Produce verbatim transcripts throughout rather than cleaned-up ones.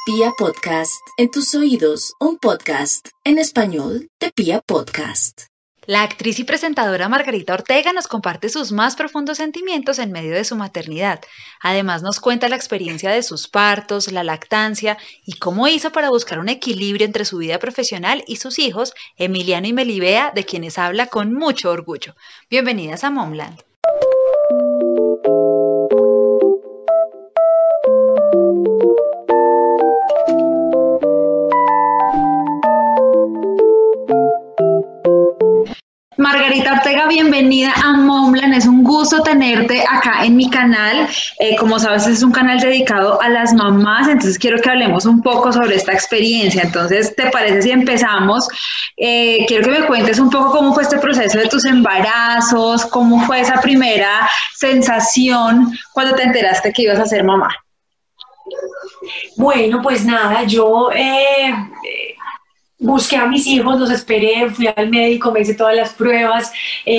Pia Podcast, en tus oídos, un podcast en español de Pia Podcast. La actriz y presentadora Margarita Ortega nos comparte sus más profundos sentimientos en medio de su maternidad. Además nos cuenta la experiencia de sus partos, la lactancia y cómo hizo para buscar un equilibrio entre su vida profesional y sus hijos, Emiliano y Melibea, de quienes habla con mucho orgullo. Bienvenidas a Momland. Margarita Ortega, bienvenida a Momland. Es un gusto tenerte acá en mi canal. Eh, como sabes, es un canal dedicado a las mamás, entonces quiero que hablemos un poco sobre esta experiencia. Entonces, ¿te parece si empezamos? Eh, quiero que me cuentes un poco cómo fue este proceso de tus embarazos, cómo fue esa primera sensación cuando te enteraste que ibas a ser mamá. Bueno, pues nada, yo... Eh, busqué a mis hijos, los esperé, fui al médico, me hice todas las pruebas,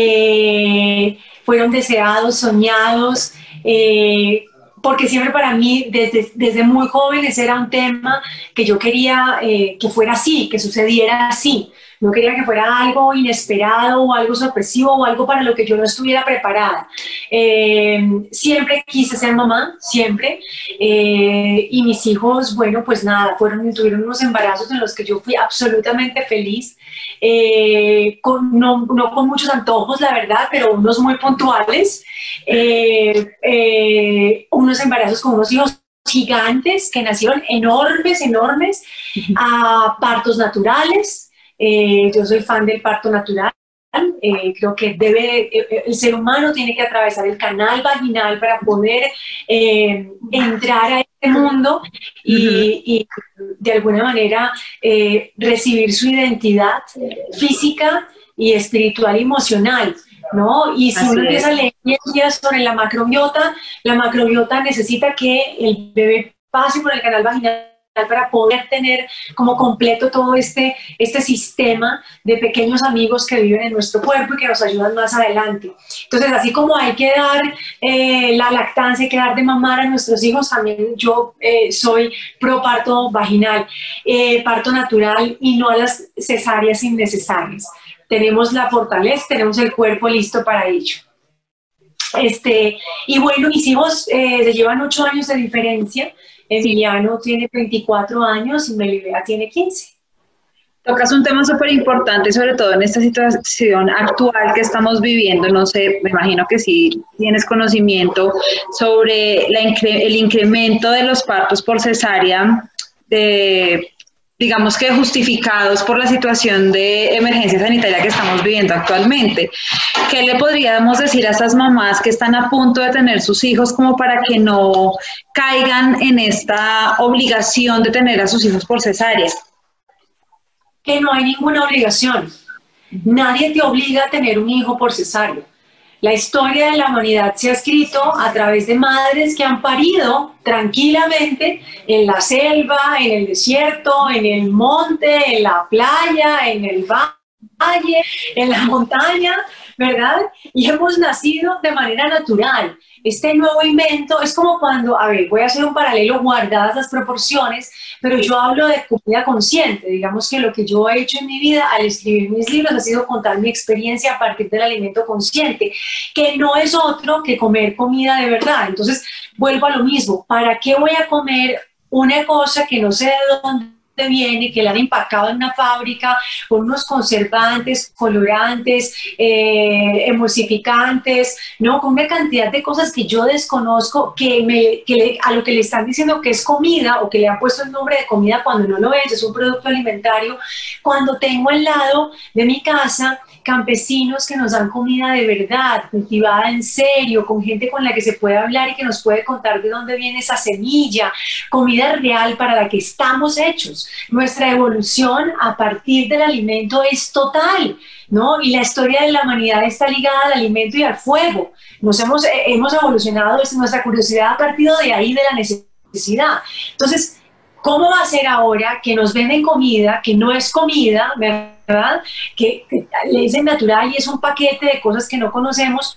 eh, fueron deseados, soñados, eh, porque siempre para mí, desde, desde muy joven, ese era un tema que yo quería eh, que fuera así, que sucediera así. No quería que fuera algo inesperado o algo sorpresivo o algo para lo que yo no estuviera preparada. Eh, siempre quise ser mamá, siempre. Eh, y mis hijos, bueno, pues nada, fueron, tuvieron unos embarazos en los que yo fui absolutamente feliz. Eh, con, no, no con muchos antojos, la verdad, pero unos muy puntuales. Eh, eh, unos embarazos con unos hijos gigantes que nacieron enormes, enormes, a partos naturales. Eh, yo soy fan del parto natural, eh, creo que debe, eh, el ser humano tiene que atravesar el canal vaginal para poder eh, entrar a este mundo y, y de alguna manera eh, recibir su identidad física y espiritual y emocional, ¿no? Y si uno empieza a leer sobre la macrobiota, la macrobiota necesita que el bebé pase por el canal vaginal para poder tener como completo todo este, este sistema de pequeños amigos que viven en nuestro cuerpo y que nos ayudan más adelante. Entonces, así como hay que dar eh, la lactancia, hay que dar de mamar a nuestros hijos, también yo eh, soy pro parto vaginal, eh, parto natural y no a las cesáreas innecesarias. Tenemos la fortaleza, tenemos el cuerpo listo para ello. Este, y bueno, mis hijos eh, se llevan ocho años de diferencia. Emiliano tiene veinticuatro años y Melibea tiene quince. Tocas un tema súper importante, sobre todo en esta situación actual que estamos viviendo. No sé, me imagino que sí tienes conocimiento sobre la incre- el incremento de los partos por cesárea, de, digamos que justificados por la situación de emergencia sanitaria que estamos viviendo actualmente. ¿Qué le podríamos decir a esas mamás que están a punto de tener sus hijos como para que no caigan en esta obligación de tener a sus hijos por cesárea? Que no hay ninguna obligación. Nadie te obliga a tener un hijo por cesárea. La historia de la humanidad se ha escrito a través de madres que han parido tranquilamente en la selva, en el desierto, en el monte, en la playa, en el valle, en la montaña, ¿verdad? Y hemos nacido de manera natural. Este nuevo invento es como cuando, a ver, voy a hacer un paralelo guardadas las proporciones, pero yo hablo de comida consciente. Digamos que lo que yo he hecho en mi vida al escribir mis libros ha sido contar mi experiencia a partir del alimento consciente, que no es otro que comer comida de verdad. Entonces, vuelvo a lo mismo. ¿Para qué voy a comer una cosa que no sé de dónde viene, que la han empacado en una fábrica con unos conservantes, colorantes, eh, emulsificantes, ¿no? Con una cantidad de cosas que yo desconozco, que, me, que le, a lo que le están diciendo que es comida o que le han puesto el nombre de comida cuando no lo es, es un producto alimentario, cuando tengo al lado de mi casa campesinos que nos dan comida de verdad, cultivada en serio, con gente con la que se puede hablar y que nos puede contar de dónde viene esa semilla, comida real para la que estamos hechos. Nuestra evolución a partir del alimento es total, ¿no? Y la historia de la humanidad está ligada al alimento y al fuego. Nos hemos, eh, hemos evolucionado, nuestra curiosidad ha partido de ahí, de la necesidad. Entonces, ¿cómo va a ser ahora que nos venden comida que no es comida, ¿verdad? Que, que le dicen natural y es un paquete de cosas que no conocemos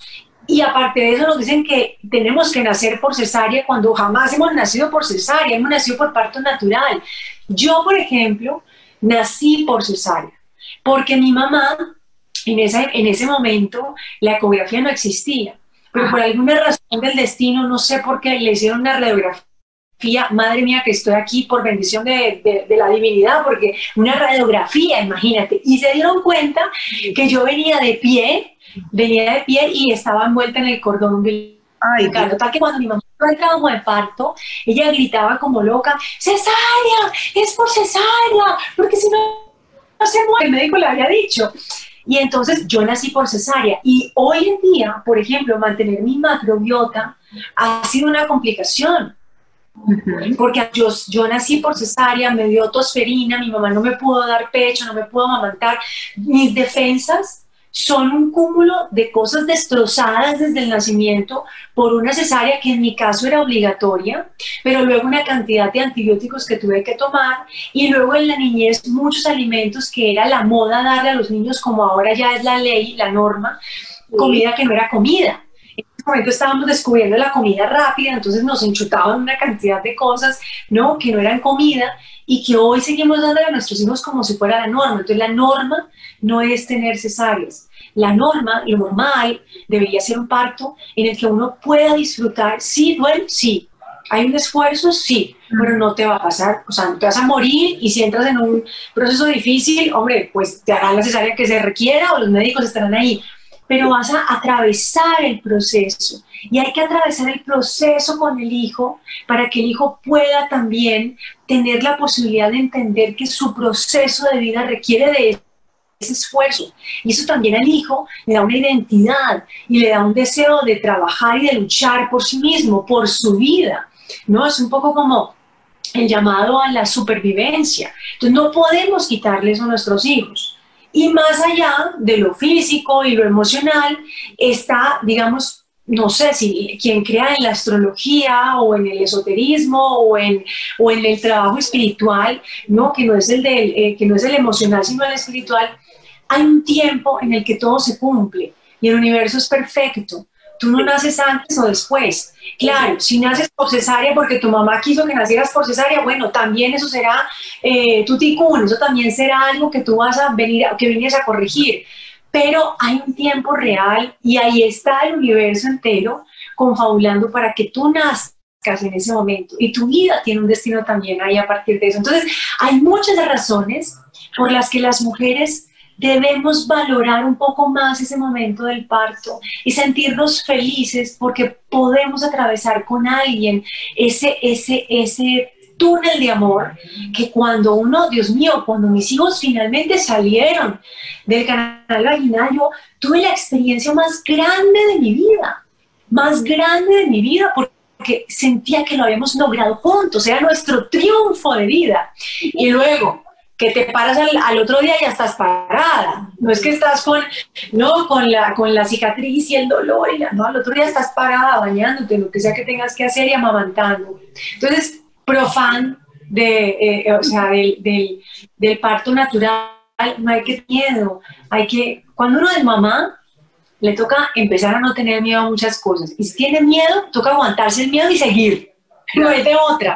Y aparte de eso nos dicen que tenemos que nacer por cesárea cuando jamás hemos nacido por cesárea, hemos nacido por parto natural. Yo, por ejemplo, nací por cesárea, porque mi mamá, en, esa, en ese momento, la ecografía no existía, pero por alguna razón del destino, no sé por qué, le hicieron una radiografía. Madre mía, que estoy aquí por bendición de, de, de la divinidad, porque una radiografía, imagínate, y se dieron cuenta que yo venía de pie, venía de pie y estaba envuelta en el cordón umbilical. Total que cuando mi mamá entró al trabajo de parto, ella gritaba como loca, cesárea, es por cesárea, porque si no, no se muere, el médico le había dicho. Y entonces yo nací por cesárea, y hoy en día, por ejemplo, mantener mi macrobiota ha sido una complicación. Uh-huh. Porque yo, yo nací por cesárea, me dio tosferina, mi mamá no me pudo dar pecho, no me pudo amamantar. Mis defensas son un cúmulo de cosas destrozadas desde el nacimiento por una cesárea que en mi caso era obligatoria, pero luego una cantidad de antibióticos que tuve que tomar, y luego en la niñez muchos alimentos que era la moda darle a los niños, como ahora ya es la ley, la norma, comida que no era comida. En ese momento estábamos descubriendo la comida rápida, entonces nos enchutaban una cantidad de cosas, ¿no?, que no eran comida, y que hoy seguimos dando a nuestros hijos como si fuera la norma. Entonces la norma no es tener cesáreas. La norma, lo normal, debería ser un parto en el que uno pueda disfrutar. Sí, duele, sí. Hay un esfuerzo, sí, pero no te va a pasar, o sea, no te vas a morir, y si entras en un proceso difícil, hombre, pues te harán la cesárea que se requiera o los médicos estarán ahí. Pero vas a atravesar el proceso, y hay que atravesar el proceso con el hijo para que el hijo pueda también tener la posibilidad de entender que su proceso de vida requiere de ese esfuerzo, y eso también al hijo le da una identidad y le da un deseo de trabajar y de luchar por sí mismo, por su vida, ¿no? Es un poco como el llamado a la supervivencia. Entonces no podemos quitarle eso a nuestros hijos. Y más allá de lo físico y lo emocional está, digamos, no sé si quien crea en la astrología o en el esoterismo o en, o en el trabajo espiritual, ¿no?, que no es el del, eh, que no es el emocional sino el espiritual. Hay un tiempo en el que todo se cumple y el universo es perfecto. Tú no naces antes o después. Claro, si naces por cesárea porque tu mamá quiso que nacieras por cesárea, bueno, también eso será eh, tu ticún, eso también será algo que tú vas a venir, que vienes a corregir. Pero hay un tiempo real y ahí está el universo entero confabulando para que tú nazcas en ese momento. Y tu vida tiene un destino también ahí a partir de eso. Entonces, hay muchas razones por las que las mujeres debemos valorar un poco más ese momento del parto y sentirnos felices porque podemos atravesar con alguien ese, ese, ese túnel de amor que cuando uno, Dios mío, cuando mis hijos finalmente salieron del canal vaginal, yo tuve la experiencia más grande de mi vida, más grande de mi vida, porque sentía que lo habíamos logrado juntos, era nuestro triunfo de vida. Y luego que te paras al, al otro día y ya estás parada. No es que estás con, no, con, la, con la cicatriz y el dolor, y la, no, al otro día estás parada, bañándote, lo que sea que tengas que hacer y amamantando. Entonces, profan de, eh, o sea, del, del, del parto natural, no hay que tener miedo. Hay que, cuando uno es mamá, le toca empezar a no tener miedo a muchas cosas. Y si tiene miedo, toca aguantarse el miedo y seguir. No hay de otra.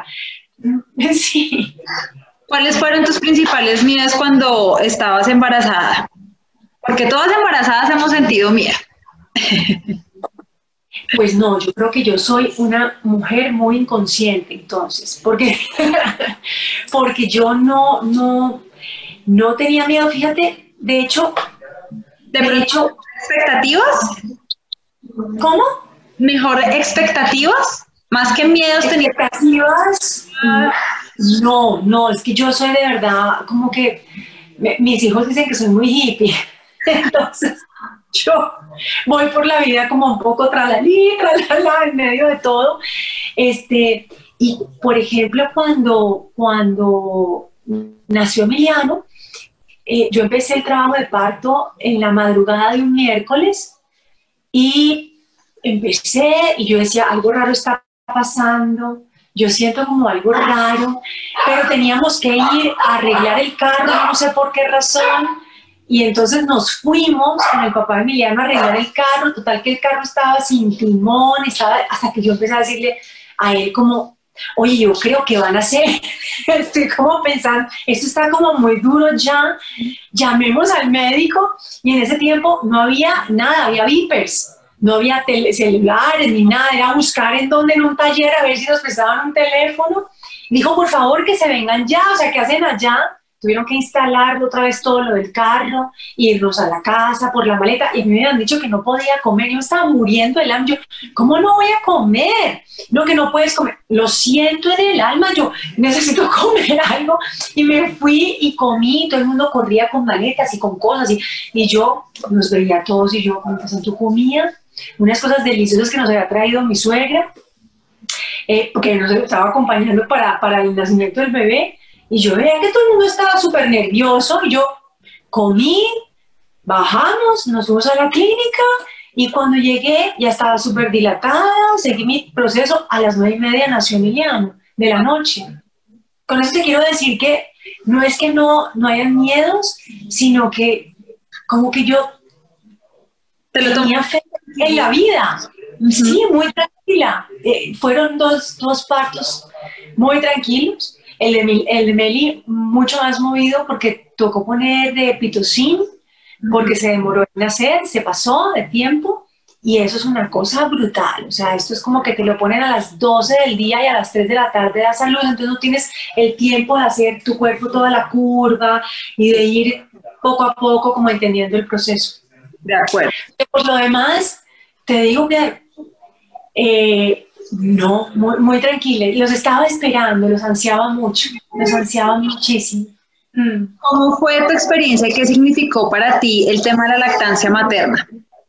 Sí. ¿Cuáles fueron tus principales miedos cuando estabas embarazada? Porque todas embarazadas hemos sentido miedo. Pues no, yo creo que yo soy una mujer muy inconsciente, entonces, porque, porque yo no, no, no tenía miedo, fíjate, de hecho... ¿De, de hecho, expectativas? ¿Cómo? ¿Mejor expectativas? Más que miedos tenía... ¿Expectativas? Ah. No, no, es que yo soy de verdad, como que me, mis hijos dicen que soy muy hippie, entonces yo voy por la vida como un poco tralalí, tralala, en medio de todo. Este, y por ejemplo, cuando, cuando nació Emiliano, eh, yo empecé el trabajo de parto en la madrugada de un miércoles y empecé y yo decía, algo raro está pasando. Yo siento como algo raro, pero teníamos que ir a arreglar el carro, no sé por qué razón, Y entonces nos fuimos con el papá de Emiliano a arreglar el carro, total que el carro estaba sin timón, estaba, hasta que yo empecé a decirle a él como, oye, yo creo que van a hacer, estoy como pensando, esto está como muy duro ya, llamemos al médico, y en ese tiempo no había nada, había beepers, no había celulares ni nada, era buscar en dónde en un taller a ver si nos prestaban un teléfono. Dijo, por favor, que se vengan ya, o sea, ¿qué hacen allá? Tuvieron que instalar otra vez todo lo del carro, irnos a la casa por la maleta, y a mí me habían dicho que no podía comer, yo estaba muriendo del hambre, yo, ¿cómo no voy a comer? No, que no puedes comer, lo siento en el alma, yo necesito comer algo, y me fui y comí, todo el mundo corría con maletas y con cosas, y, y yo nos veía a todos, y yo, ¿cómo pasó tu comida? Unas cosas deliciosas que nos había traído mi suegra, eh, porque nos estaba acompañando para, para el nacimiento del bebé, y yo veía que todo el mundo estaba súper nervioso, y yo comí, bajamos, nos fuimos a la clínica, y cuando llegué ya estaba súper dilatada, seguí mi proceso, a las nueve y media nació Emiliano, de la noche. Con eso te quiero decir que no es que no, no hayan miedos, sino que como que yo Te lo tenía fe en la vida. Uh-huh. Sí, muy tranquila. Eh, fueron dos, dos partos muy tranquilos. El de, el de Meli mucho más movido porque tocó poner de pitocin, porque se demoró en nacer, se pasó de tiempo, y eso es una cosa brutal. O sea, esto es como que te lo ponen a las doce del día y a las tres de la tarde da salud, entonces no tienes el tiempo de hacer tu cuerpo toda la curva y de ir poco a poco como entendiendo el proceso. De acuerdo. Por lo demás, te digo que eh, no, muy, muy tranquila. Los estaba esperando, los ansiaba mucho, los ansiaba muchísimo. Mm. ¿Cómo fue tu experiencia y qué significó para ti el tema de la lactancia materna?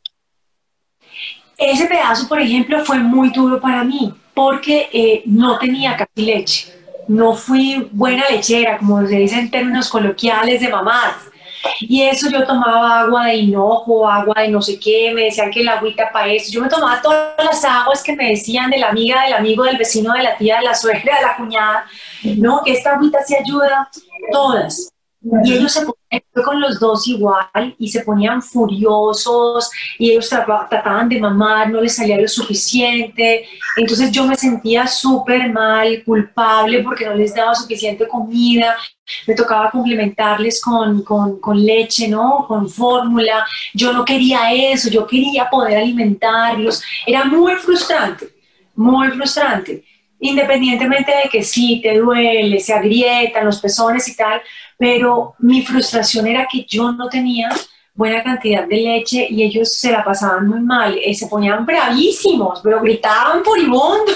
Ese pedazo, por ejemplo, fue muy duro para mí porque eh, no tenía casi leche. No fui buena lechera, como se dice en términos coloquiales de mamás. Y eso yo tomaba agua de hinojo, agua de no sé qué, me decían que el agüita para eso. Yo me tomaba todas las aguas que me decían de la amiga, del amigo, del vecino, de la tía, de la suegra, de la cuñada. No, que esta agüita se ayuda, todas. Y ellos se ponían, fue con los dos igual, y se ponían furiosos, y ellos trataban de mamar, no les salía lo suficiente. Entonces yo me sentía súper mal, culpable, porque no les daba suficiente comida. Me tocaba complementarles con, con, con leche, ¿no? Con fórmula. Yo no quería eso, yo quería poder alimentarlos. Era muy frustrante, muy frustrante. Independientemente de que sí, te duele, se agrietan los pezones y tal, pero mi frustración era que yo no tenía buena cantidad de leche y ellos se la pasaban muy mal, eh, se ponían bravísimos, pero gritaban furibundos.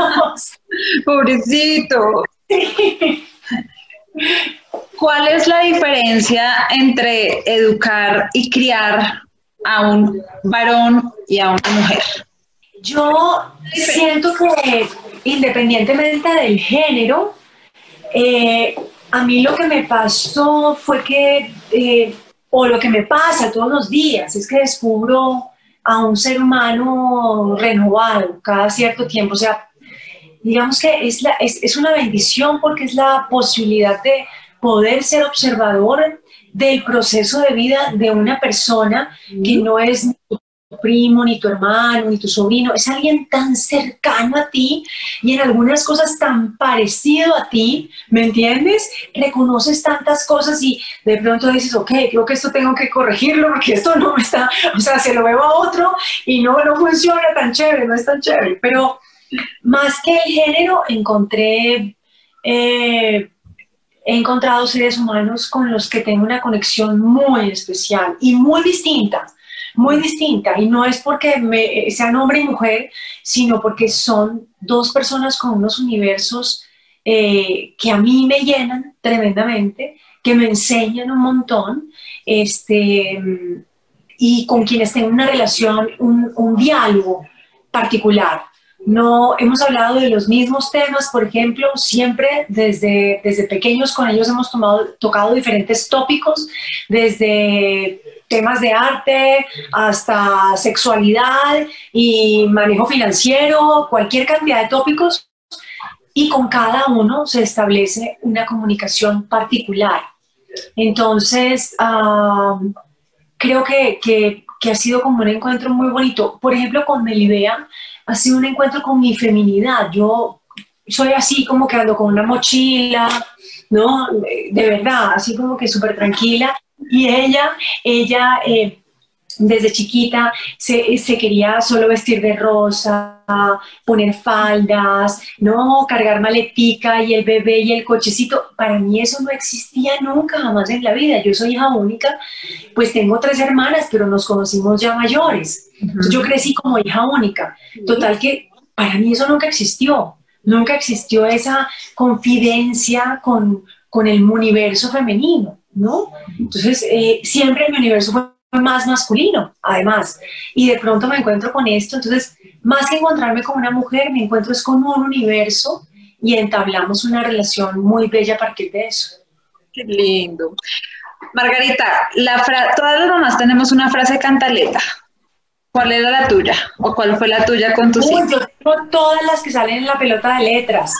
Pobrecito. Sí. ¿Cuál es la diferencia entre educar y criar a un varón y a una mujer? Yo siento que independientemente del género, eh, a mí lo que me pasó fue que, eh, o lo que me pasa todos los días, es que descubro a un ser humano renovado cada cierto tiempo. O sea, digamos que es, la, es, es una bendición porque es la posibilidad de poder ser observador del proceso de vida de una persona que no es ni tu primo, ni tu hermano, ni tu sobrino, es alguien tan cercano a ti y en algunas cosas tan parecido a ti, ¿me entiendes? Reconoces tantas cosas y de pronto dices, ok, creo que esto tengo que corregirlo porque esto no me está, o sea, se lo veo a otro y no, no funciona tan chévere, no es tan chévere, pero más que el género encontré... Eh, He encontrado seres humanos con los que tengo una conexión muy especial y muy distinta, muy distinta. Y no es porque me, sean hombre y mujer, sino porque son dos personas con unos universos eh, que a mí me llenan tremendamente, que me enseñan un montón, este, y con quienes tengo una relación, un, un diálogo particular. No hemos hablado de los mismos temas, por ejemplo, siempre desde, desde pequeños con ellos hemos tomado, tocado diferentes tópicos, desde temas de arte hasta sexualidad y manejo financiero, cualquier cantidad de tópicos, y con cada uno se establece una comunicación particular. Entonces, uh, creo que, que, que ha sido como un encuentro muy bonito. Por ejemplo, con Melibea ha sido un encuentro con mi feminidad. Yo soy así como que ando con una mochila, ¿no? De verdad, así como que súper tranquila. Y ella, ella eh, desde chiquita se, se quería solo vestir de rosa, poner faldas, no, cargar maletica y el bebé y el cochecito. Para mí eso no existía nunca, jamás en la vida. Yo soy hija única, pues tengo tres hermanas, pero nos conocimos ya mayores. Entonces, yo crecí como hija única. Total que para mí eso nunca existió. Nunca existió esa confidencia con, con el universo femenino, ¿no? Entonces, eh, siempre mi universo fue más masculino, además. Y de pronto me encuentro con esto, entonces, más que encontrarme con una mujer, me encuentro es con un universo y entablamos una relación muy bella a partir de eso. Qué lindo. Margarita, la fra- todas las mamás tenemos una frase cantaleta. ¿Cuál era la tuya? ¿O cuál fue la tuya con tus hijos? Yo tengo todas las que salen en la pelota de letras.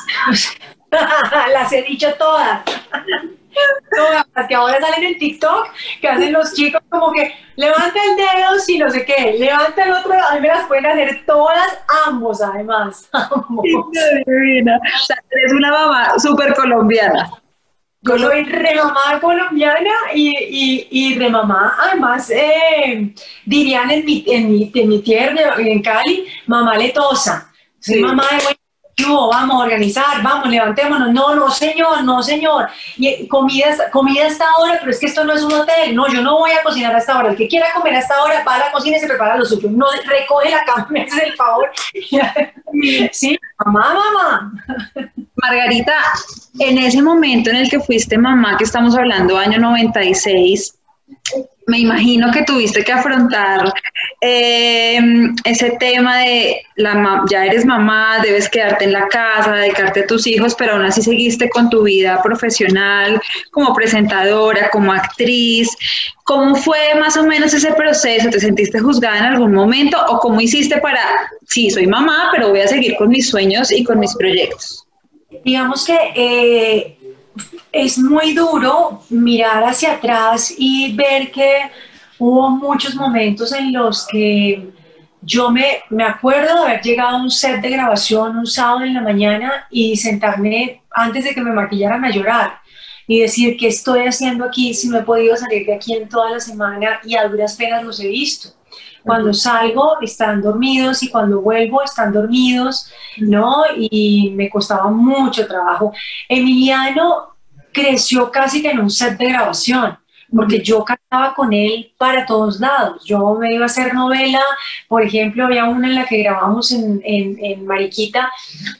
Las he dicho todas. Todas las que ahora salen en TikTok, que hacen los chicos como que levanta el dedo si no sé qué, levanta el otro, a mí me las pueden hacer todas, ambos además. Ambos. Divina. O sea, eres una mamá súper colombiana. Yo soy re mamá colombiana y, y, y re mamá, además, eh, dirían en mi, en, mi, en mi tierra, en Cali, mamá letosa. Soy sí. Mamá de bueno, vamos a organizar, vamos, levantémonos. No, no, señor, no, señor. Y comida, comida a esta hora, pero es que esto no es un hotel. No, yo no voy a cocinar a esta hora. El que quiera comer a esta hora va a la cocina y se prepara lo suyo. No recoge la cama, me haces el favor. Sí, mamá, mamá. Margarita, en ese momento en el que fuiste mamá, que estamos hablando año noventa y seis, me imagino que tuviste que afrontar eh, ese tema de la, ya eres mamá, debes quedarte en la casa, dedicarte a tus hijos, pero aún así seguiste con tu vida profesional como presentadora, como actriz. ¿Cómo fue más o menos ese proceso? ¿Te sentiste juzgada en algún momento? ¿O cómo hiciste para, sí, soy mamá, pero voy a seguir con mis sueños y con mis proyectos? Digamos que eh, es muy duro mirar hacia atrás y ver que hubo muchos momentos en los que yo me, me acuerdo de haber llegado a un set de grabación un sábado en la mañana y sentarme antes de que me maquillaran a llorar y decir, ¿qué estoy haciendo aquí si no he podido salir de aquí en toda la semana y a duras penas los he visto? Cuando salgo están dormidos y cuando vuelvo están dormidos, ¿no? Y me costaba mucho trabajo. Emiliano creció casi que en un set de grabación, porque yo cantaba con él para todos lados. Yo me iba a hacer novela, por ejemplo, había una en la que grabamos en, en, en Mariquita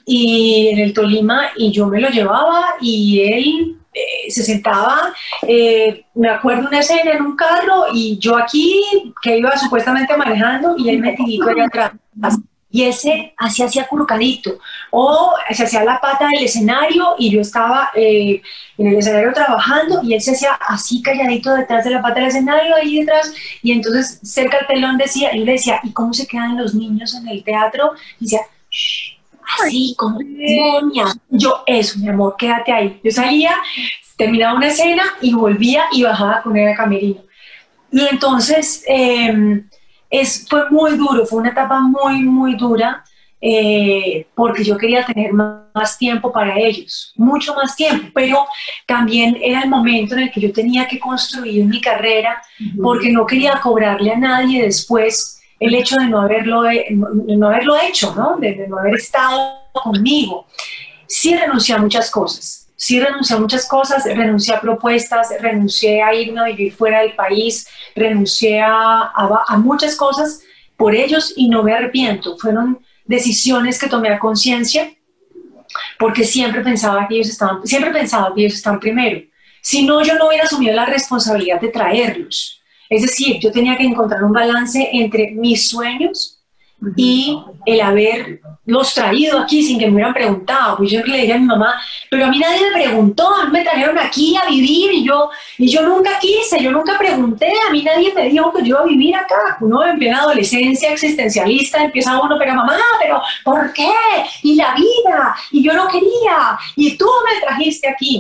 y en el Tolima, y yo me lo llevaba y él eh, se sentaba, eh, me acuerdo una escena en un carro y yo aquí, que iba supuestamente manejando, y él metidito allá atrás. Y ese así hacía curcadito, o se hacía la pata del escenario y yo estaba eh, en el escenario trabajando y él se hacía así calladito detrás de la pata del escenario, ahí detrás, y entonces cerca al telón decía, él decía, ¿y cómo se quedan los niños en el teatro? Y decía, shh, así como niña. Yo, eso, mi amor, quédate ahí. Yo salía, terminaba una escena y volvía y bajaba con él al camerino. Y entonces... Eh, Es, fue muy duro, fue una etapa muy, muy dura, eh, porque yo quería tener más, más tiempo para ellos, mucho más tiempo, pero también era el momento en el que yo tenía que construir mi carrera, porque no quería cobrarle a nadie después el hecho de no haberlo, de no haberlo hecho, ¿no? De, de no haber estado conmigo. Sí renuncié a muchas cosas. Sí renuncié a muchas cosas, renuncié a propuestas, renuncié a irme a vivir fuera del país, renuncié a, a, a muchas cosas por ellos y no me arrepiento. Fueron decisiones que tomé a conciencia porque siempre pensaba que ellos estaban, siempre pensaba que ellos estaban primero. Si no, yo no hubiera asumido la responsabilidad de traerlos. Es decir, yo tenía que encontrar un balance entre mis sueños y el haberlos traído aquí sin que me hubieran preguntado. Pues yo le diría a mi mamá, pero a mí nadie me preguntó, a mí me trajeron aquí a vivir y yo, y yo nunca quise, yo nunca pregunté, a mí nadie me dijo que yo iba a vivir acá. Uno en plena adolescencia existencialista empieza uno, pero mamá, pero ¿por qué? Y la vida, y yo no quería, y tú me trajiste aquí.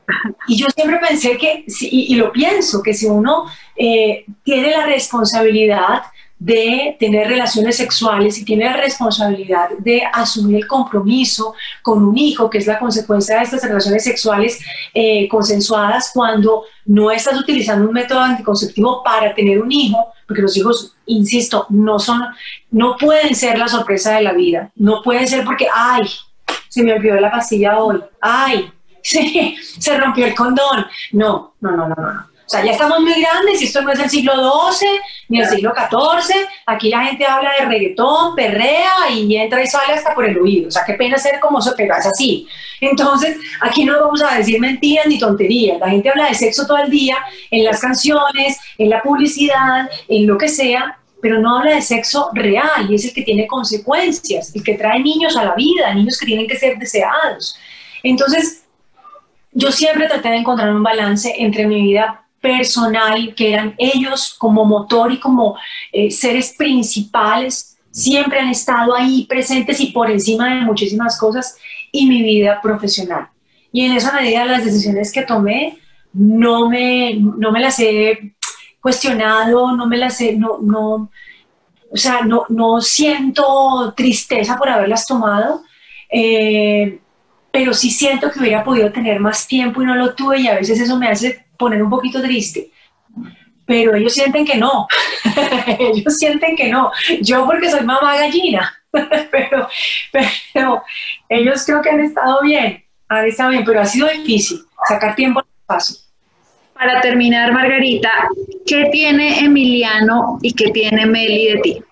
Y yo siempre pensé que, y, y lo pienso, que si uno eh, tiene la responsabilidad de tener relaciones sexuales y tiene la responsabilidad de asumir el compromiso con un hijo, que es la consecuencia de estas relaciones sexuales eh, consensuadas, cuando no estás utilizando un método anticonceptivo para tener un hijo, porque los hijos, insisto, no son, no pueden ser la sorpresa de la vida, no pueden ser porque, ay, se me olvidó la pastilla hoy, ay, se, se rompió el condón. No, no, no, no, no. O sea, ya estamos muy grandes y esto no es el siglo doce ni el siglo catorce. Aquí la gente habla de reggaetón, perrea y entra y sale hasta por el oído. O sea, qué pena ser como eso, pero es así. Entonces, aquí no vamos a decir mentiras ni tonterías. La gente habla de sexo todo el día, en las canciones, en la publicidad, en lo que sea, pero no habla de sexo real, y es el que tiene consecuencias, el que trae niños a la vida, niños que tienen que ser deseados. Entonces, yo siempre traté de encontrar un balance entre mi vida personal, que eran ellos como motor y como eh, seres principales, siempre han estado ahí presentes y por encima de muchísimas cosas, y mi vida profesional. Y en esa medida las decisiones que tomé no me, no me las he cuestionado, no me las he, no, no, o sea, no, no siento tristeza por haberlas tomado, eh, pero sí siento que hubiera podido tener más tiempo y no lo tuve, y a veces eso me hace poner un poquito triste, pero ellos sienten que no, ellos sienten que no, yo porque soy mamá gallina, pero, pero ellos creo que han estado bien, han estado bien, pero ha sido difícil, sacar tiempo no es fácil. Para terminar, Margarita, ¿qué tiene Emiliano y qué tiene Meli de ti?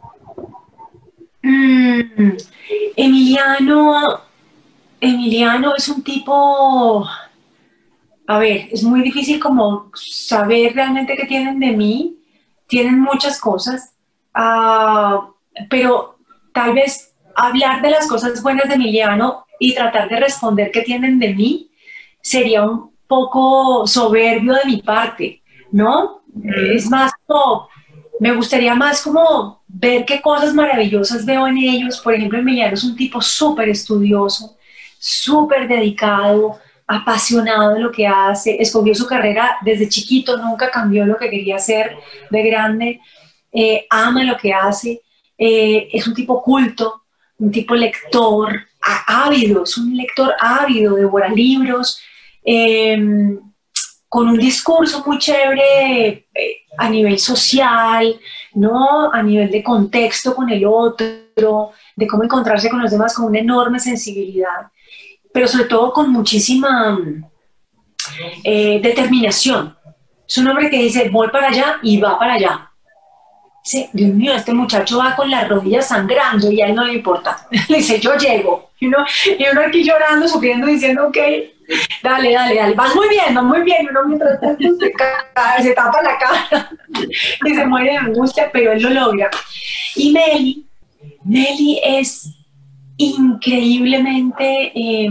Mm, Emiliano, Emiliano es un tipo... A ver, es muy difícil como saber realmente qué tienen de mí. Tienen muchas cosas, uh, pero tal vez hablar de las cosas buenas de Emiliano y tratar de responder qué tienen de mí sería un poco soberbio de mi parte, ¿no? Mm. Es más, como, me gustaría más como ver qué cosas maravillosas veo en ellos. Por ejemplo, Emiliano es un tipo súper estudioso, súper dedicado, apasionado de lo que hace, escogió su carrera desde chiquito, nunca cambió lo que quería hacer de grande, eh, ama lo que hace, eh, es un tipo culto, un tipo lector, ávido, es un lector ávido, devora libros, eh, con un discurso muy chévere eh, a nivel social, ¿no? A nivel de contexto con el otro, de cómo encontrarse con los demás, con una enorme sensibilidad, pero sobre todo con muchísima eh, determinación. Es un hombre que dice, voy para allá y va para allá. Dice, Dios mío, este muchacho va con las rodillas sangrando y a él no le importa. Le dice, yo llego. Y uno, y uno aquí llorando, sufriendo, diciendo, ok, dale, dale, dale, vas muy bien, vas muy bien. Y uno mientras tanto se, cae, se tapa la cara y se muere de angustia, pero él lo logra. Y Meli, Meli es increíblemente eh,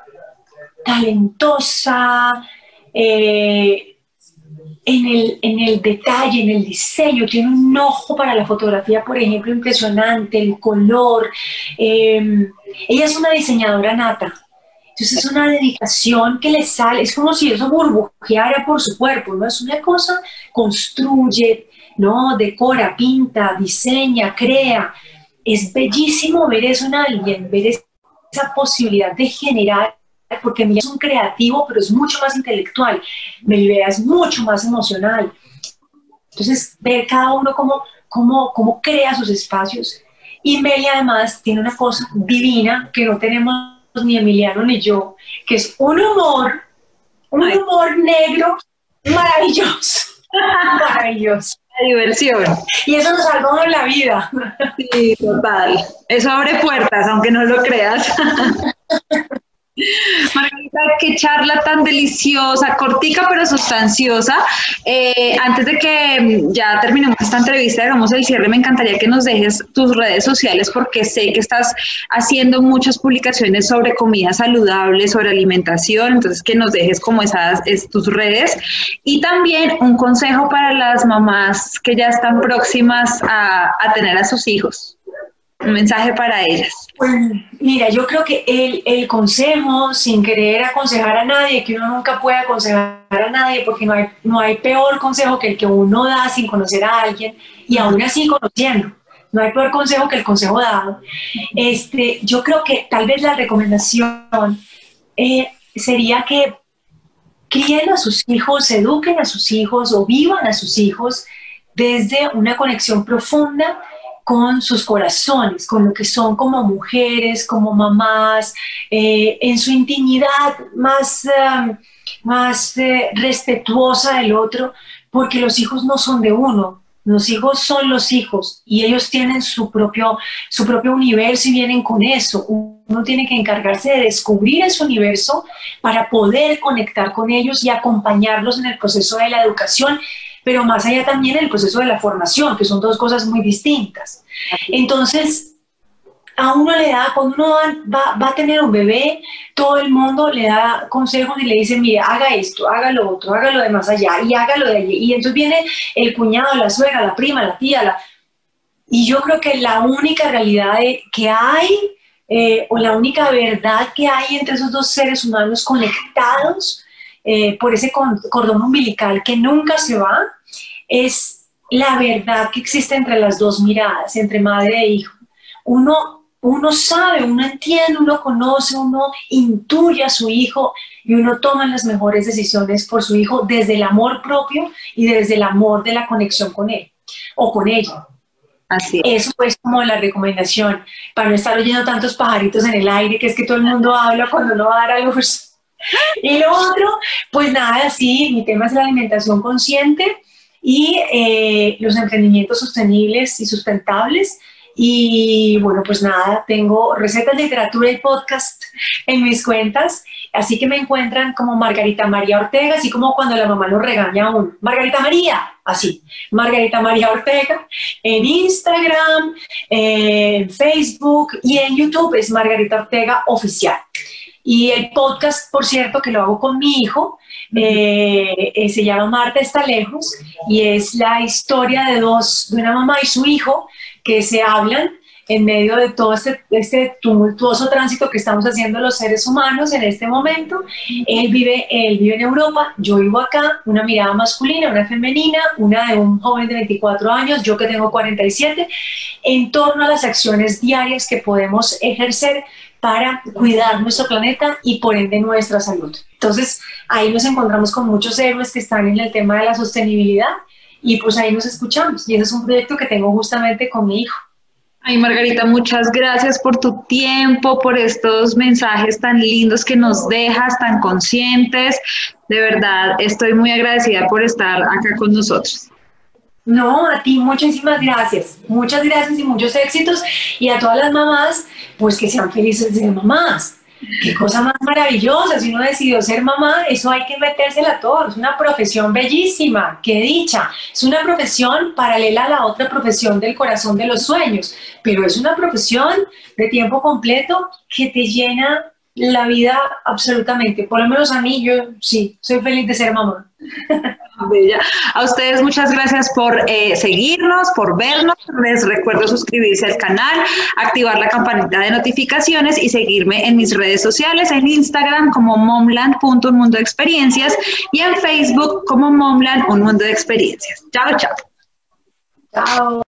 talentosa, eh, en, el, en el detalle, en el diseño, tiene un ojo para la fotografía, por ejemplo, impresionante, el color. Eh, ella es una diseñadora nata, entonces es una dedicación que le sale, es como si eso burbujeara por su cuerpo, ¿no? Es una cosa, construye, ¿no? Decora, pinta, diseña, crea. Es bellísimo ver eso en alguien, ver esa posibilidad de generar, porque Meli es un creativo, pero es mucho más intelectual. Melibea es mucho más emocional. Entonces, ver cada uno cómo, cómo, cómo crea sus espacios. Y Meli además tiene una cosa divina que no tenemos ni Emiliano ni yo, que es un humor, un humor negro maravilloso. Maravilloso. La diversión. Y eso nos salva en la vida. Sí, total. Eso abre puertas, aunque no lo creas. Margarita, qué charla tan deliciosa, cortica pero sustanciosa. Eh, antes de que ya terminemos esta entrevista, hagamos el cierre, me encantaría que nos dejes tus redes sociales, porque sé que estás haciendo muchas publicaciones sobre comida saludable, sobre alimentación, entonces que nos dejes como esas es, tus redes, y también un consejo para las mamás que ya están próximas a, a tener a sus hijos. un mensaje para ellas. Pues, mira, yo creo que el, el consejo, sin querer aconsejar a nadie, que uno nunca puede aconsejar a nadie, porque no hay, no hay peor consejo que el que uno da sin conocer a alguien, y aún así conociendo. No hay peor consejo que el consejo dado. Este, yo creo que tal vez la recomendación eh, sería que críen a sus hijos, eduquen a sus hijos o vivan a sus hijos desde una conexión profunda con sus corazones, con lo que son como mujeres, como mamás, eh, en su intimidad más, uh, más uh, respetuosa del otro, porque los hijos no son de uno. Los hijos son los hijos y ellos tienen su propio, su propio universo y vienen con eso. Uno tiene que encargarse de descubrir ese universo para poder conectar con ellos y acompañarlos en el proceso de la educación, pero más allá también en el proceso de la formación, que son dos cosas muy distintas. Entonces, a uno le da, cuando uno va, va, va a tener un bebé, todo el mundo le da consejos y le dice, mira, haga esto, haga lo otro, haga lo de más allá y hágalo de allí. Y entonces viene el cuñado, la suegra, la prima, la tía, la... y yo creo que la única realidad de, que hay, eh, o la única verdad que hay entre esos dos seres humanos conectados eh, por ese cordón umbilical que nunca se va, es la verdad que existe entre las dos miradas, entre madre e hijo. Uno Uno sabe, uno entiende, uno conoce, uno intuye a su hijo y uno toma las mejores decisiones por su hijo desde el amor propio y desde el amor de la conexión con él o con ella. Así es. Eso es como la recomendación, para no estar oyendo tantos pajaritos en el aire, que es que todo el mundo habla cuando no va a dar a luz. Y lo otro, pues nada, sí, mi tema es la alimentación consciente y eh, los emprendimientos sostenibles y sustentables. Y bueno, pues nada, tengo recetas, literatura y podcast en mis cuentas, así que me encuentran como Margarita María Ortega, así como cuando la mamá nos regaña a uno, Margarita María, así, Margarita María Ortega, en Instagram, en Facebook y en YouTube es Margarita Ortega Oficial. Y el podcast, por cierto, que lo hago con mi hijo, eh, eh, se llama Marta está lejos y es la historia de dos, de una mamá y su hijo, que se hablan en medio de todo este, este tumultuoso tránsito que estamos haciendo los seres humanos en este momento. Él vive, él vive en Europa, yo vivo acá, una mirada masculina, una femenina, una de un joven de veinticuatro años, yo que tengo cuarenta y siete, en torno a las acciones diarias que podemos ejercer para cuidar nuestro planeta y por ende nuestra salud. Entonces ahí nos encontramos con muchos héroes que están en el tema de la sostenibilidad y pues ahí nos escuchamos. Y ese es un proyecto que tengo justamente con mi hijo. Ay, Margarita, muchas gracias por tu tiempo, por estos mensajes tan lindos que nos dejas, tan conscientes. De verdad, estoy muy agradecida por estar acá con nosotros. No, a ti muchísimas gracias. Muchas gracias y muchos éxitos. Y a todas las mamás, pues que sean felices de ser mamás. Qué cosa más maravillosa, si uno decidió ser mamá, eso hay que metérsela a todo, es una profesión bellísima, qué dicha, es una profesión paralela a la otra profesión del corazón de los sueños, pero es una profesión de tiempo completo que te llena la vida absolutamente, por lo menos a mí, yo sí, soy feliz de ser mamá. Bella. A ustedes muchas gracias por eh, seguirnos, por vernos. Les recuerdo suscribirse al canal, activar la campanita de notificaciones y seguirme en mis redes sociales, en Instagram como momland punto un mundo de experiencias y en Facebook como momland un mundo de experiencias. Chao, chao. Chao.